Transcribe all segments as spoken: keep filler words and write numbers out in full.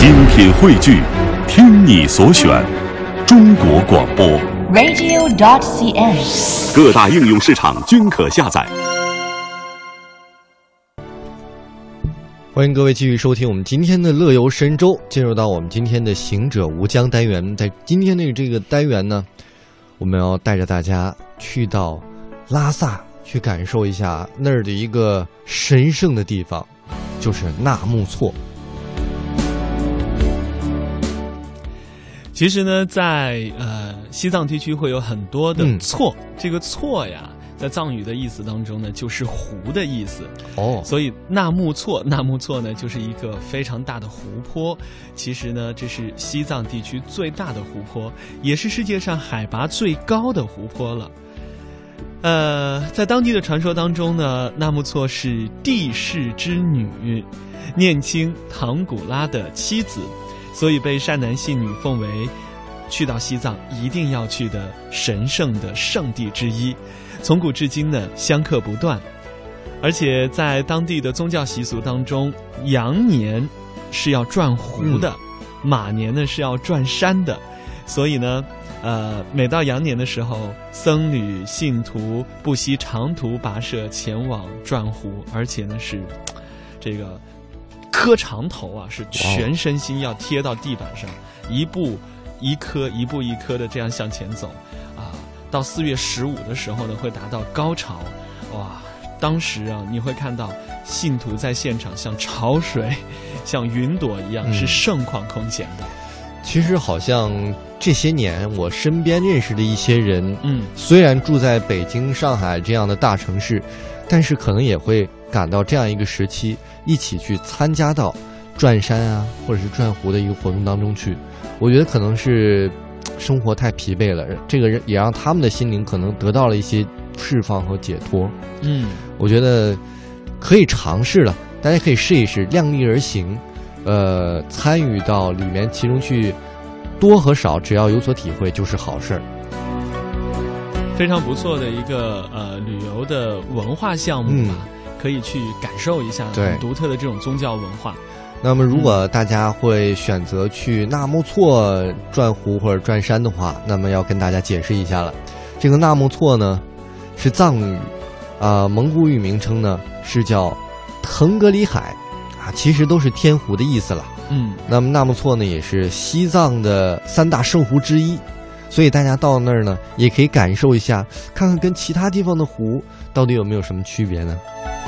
精品汇聚，听你所选，中国广播 radio dot c n， 各大应用市场均可下载。 欢迎各位继续收听我们今天的乐游神州，进入到我们今天的行者无疆单元。在今天的这个单元呢，我们要带着大家去到拉萨，去感受一下那儿的一个神圣的地方，就是纳木错。 其实呢，在呃西藏地区会有很多的错，嗯、这个错呀，在藏语的意思当中呢，就是湖的意思。哦，所以纳木错，纳木错呢，就是一个非常大的湖泊。其实呢，这是西藏地区最大的湖泊，也是世界上海拔最高的湖泊了。呃，在当地的传说当中呢，纳木错是帝释之女，念青唐古拉的妻子。所以被善男信女奉为去到西藏一定要去的神圣的圣地之一，从古至今呢香客不断。而且在当地的宗教习俗当中，羊年是要转湖的，嗯、马年呢是要转山的。所以呢，呃，每到羊年的时候，僧侣信徒不惜长途跋涉前往转湖，而且呢是这个。磕长头啊，是全身心要贴到地板上，一步一磕，一步一磕的这样向前走，啊，到四月十五的时候呢，会达到高潮，哇！当时啊，你会看到信徒在现场像潮水、像云朵一样，嗯、是盛况空前的。 其实好像这些年我身边认识的一些人，嗯，虽然住在北京、上海这样的大城市，但是可能也会赶到这样一个时期，一起去参加到转山啊，或者是转湖的一个活动当中去。我觉得可能是生活太疲惫了，这个也让他们的心灵可能得到了一些释放和解脱。嗯，我觉得可以尝试了，大家可以试一试，量力而行。呃，参与到里面其中去，多和少，只要有所体会就是好事儿。 非常不错的一个呃旅游的文化项目吧。嗯，可以去感受一下很独特的这种宗教文化。 那么如果大家会选择去纳木错转湖或者转山的话，那么要跟大家解释一下了。这个纳木错呢是藏语，啊、呃，蒙古语名称呢是叫腾格里海，啊，其实都是天湖的意思了。嗯，那么纳木错呢也是西藏的三大圣湖之一，所以大家到那儿呢也可以感受一下，看看跟其他地方的湖到底有没有什么区别呢？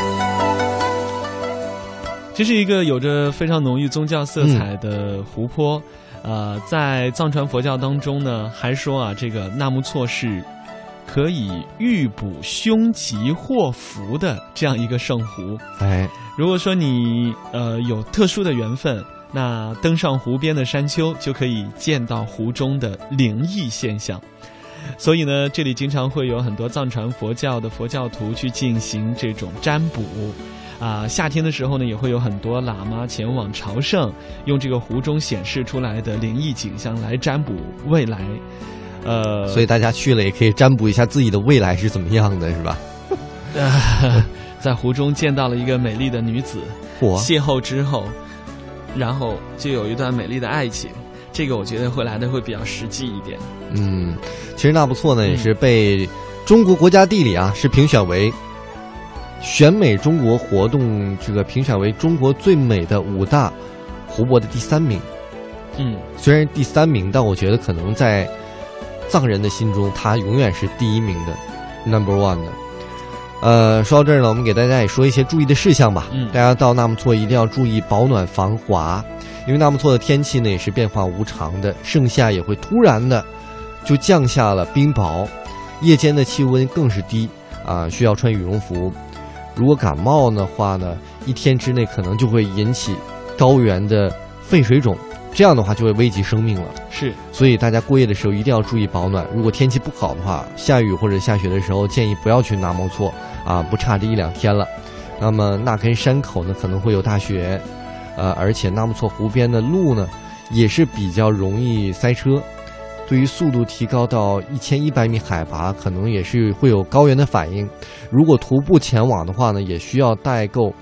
这是一个有着非常浓郁宗教色彩的湖泊，嗯、呃，在藏传佛教当中呢，还说啊，这个纳木错是可以预卜凶吉祸福的这样一个圣湖。哎，如果说你呃有特殊的缘分，那登上湖边的山丘，就可以见到湖中的灵异现象。所以呢，这里经常会有很多藏传佛教的佛教徒去进行这种占卜。啊、呃，夏天的时候呢，也会有很多喇嘛前往朝圣，用这个湖中显示出来的灵异景象来占卜未来。呃， 所以大家去了也可以占卜一下自己的未来是怎么样的，是吧？ 呃、在湖中见到了一个美丽的女子，邂逅之后，然后就有一段美丽的爱情。这个我觉得会来的会比较实际一点。 嗯，其实纳木错呢，也是被中国国家地理啊是评选为。选美中国活动这个评选为中国最美的五大湖泊的第三名。嗯，虽然第三名，但我觉得可能在藏人的心中，它永远是第一名的 ，number one 的。呃，说到这儿呢，我们给大家也说一些注意的事项吧。嗯，大家到纳木错一定要注意保暖防滑，因为纳木错的天气呢也是变化无常的，盛夏也会突然的就降下了冰雹，夜间的气温更是低啊、呃，需要穿羽绒服。如果感冒的话呢，一天之内可能就会引起高原的肺水肿，这样的话就会危及生命了。 是， 所以大家过夜的时候一定要注意保暖。如果天气不好的话，下雨或者下雪的时候，建议不要去纳木错啊，不差这一两天了。那么那根山口呢可能会有大雪，呃，而且纳木错湖边的路呢也是比较容易塞车。对于速度提高到一千一百米海拔，可能也是会有高原的反应。如果徒步前往的话呢，也需要带够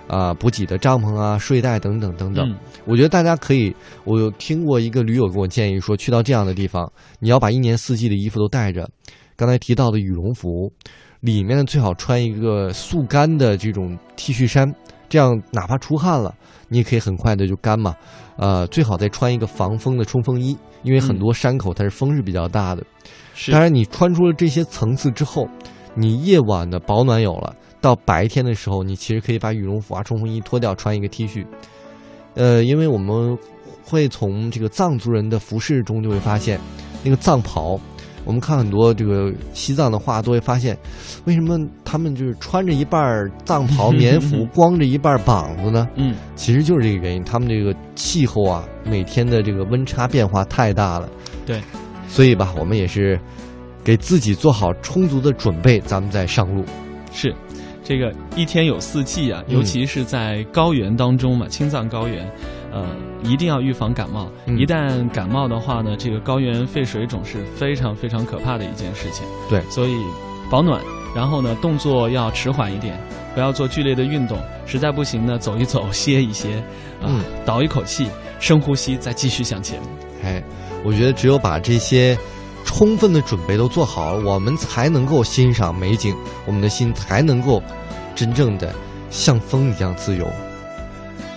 啊、呃、补给的帐篷啊、睡袋等等等等。嗯、我觉得大家可以，我有听过一个驴友跟我建议说，去到这样的地方，你要把一年四季的衣服都带着。刚才提到的羽绒服，里面呢最好穿一个速干的这种 T 恤衫，这样哪怕出汗了，你也可以很快的就干嘛。呃，最好再穿一个防风的冲锋衣，因为很多山口它是风是比较大的。 是、嗯， 当然你穿出了这些层次之后，你夜晚的保暖有了，到白天的时候，你其实可以把羽绒服啊、冲锋衣脱掉，穿一个 T 恤。呃，因为我们会从这个藏族人的服饰中就会发现，那个藏袍。我们看很多这个西藏的画，都会发现，为什么他们就是穿着一半藏袍棉服，光着一半膀子呢？嗯，其实就是这个原因，他们这个气候啊，每天的这个温差变化太大了。 对， 所以吧，我们也是给自己做好充足的准备，咱们再上路。 是，这个一天有四季啊，尤其是在高原当中嘛，青藏高原。呃，一定要预防感冒。嗯、一旦感冒的话呢，这个高原肺水肿是非常非常可怕的一件事情。 对， 所以保暖，然后呢，动作要迟缓一点，不要做剧烈的运动。实在不行呢，走一走，歇一歇，啊、呃，嗯、倒一口气，深呼吸，再继续向前。 哎，我觉得只有把这些充分的准备都做好了，我们才能够欣赏美景，我们的心才能够真正的像风一样自由。